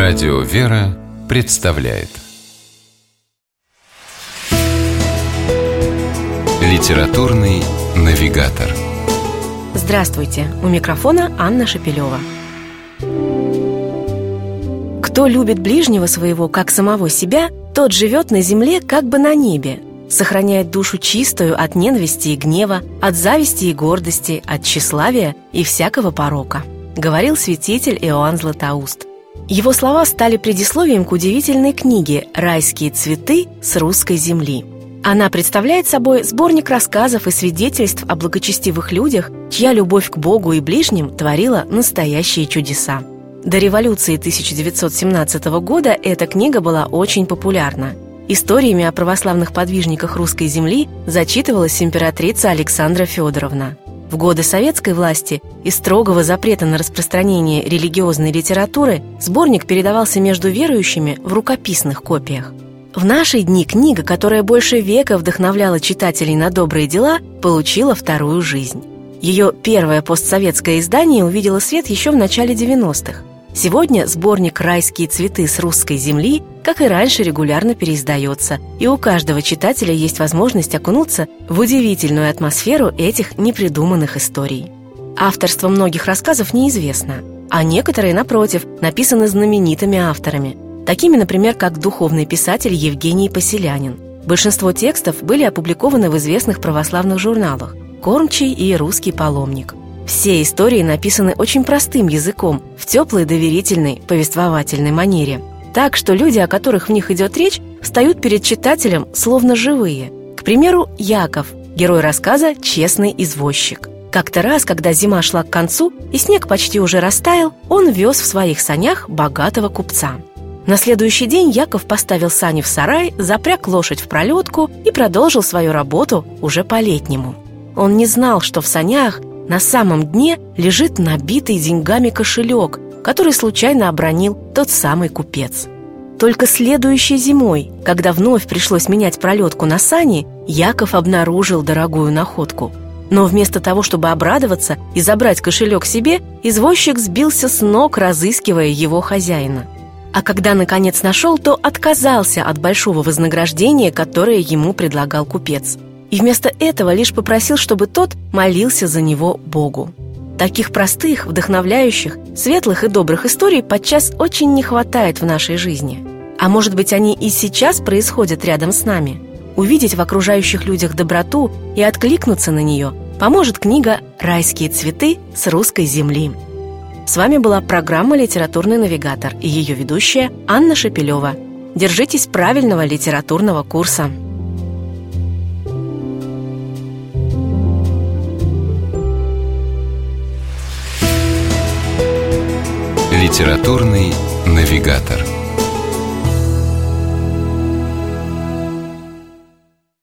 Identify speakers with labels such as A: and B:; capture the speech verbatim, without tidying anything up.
A: Радио «Вера» представляет Литературный навигатор.
B: Здравствуйте! У микрофона Анна Шапилева. Кто любит ближнего своего, как самого себя, тот живет на земле, как бы на небе, сохраняет душу чистую от ненависти и гнева, от зависти и гордости, от тщеславия и всякого порока, говорил святитель Иоанн Златоуст. Его слова стали предисловием к удивительной книге «Райские цветы с русской земли». Она представляет собой сборник рассказов и свидетельств о благочестивых людях, чья любовь к Богу и ближним творила настоящие чудеса. До революции тысяча девятьсот семнадцатого года эта книга была очень популярна. Историями о православных подвижниках русской земли зачитывалась императрица Александра Федоровна. В годы советской власти и строгого запрета на распространение религиозной литературы сборник передавался между верующими в рукописных копиях. В наши дни книга, которая больше века вдохновляла читателей на добрые дела, получила вторую жизнь. Ее первое постсоветское издание увидело свет еще в начале девяностых. Сегодня сборник «Райские цветы с русской земли», как и раньше, регулярно переиздается, и у каждого читателя есть возможность окунуться в удивительную атмосферу этих непридуманных историй. Авторство многих рассказов неизвестно, а некоторые, напротив, написаны знаменитыми авторами, такими, например, как духовный писатель Евгений Поселянин. Большинство текстов были опубликованы в известных православных журналах «Кормчий» и «Русский паломник». Все истории написаны очень простым языком, в теплой, доверительной, повествовательной манере. Так что люди, о которых в них идет речь, встают перед читателем словно живые. К примеру, Яков, герой рассказа «Честный извозчик». Как-то раз, когда зима шла к концу и снег почти уже растаял, он вез в своих санях богатого купца. На следующий день Яков поставил сани в сарай, запряг лошадь в пролетку и продолжил свою работу уже по-летнему. Он не знал, что в санях на самом дне лежит набитый деньгами кошелек, который случайно обронил тот самый купец. Только следующей зимой, когда вновь пришлось менять пролетку на сани, Яков обнаружил дорогую находку. Но вместо того, чтобы обрадоваться и забрать кошелек себе, извозчик сбился с ног, разыскивая его хозяина. А когда наконец нашел, то отказался от большого вознаграждения, которое ему предлагал купец. И вместо этого лишь попросил, чтобы тот молился за него Богу. Таких простых, вдохновляющих, светлых и добрых историй подчас очень не хватает в нашей жизни. А может быть, они и сейчас происходят рядом с нами? Увидеть в окружающих людях доброту и откликнуться на нее поможет книга «Райские цветы с русской земли». С вами была программа «Литературный навигатор» и ее ведущая Анна Шапилева. Держитесь правильного литературного курса.
A: Литературный навигатор.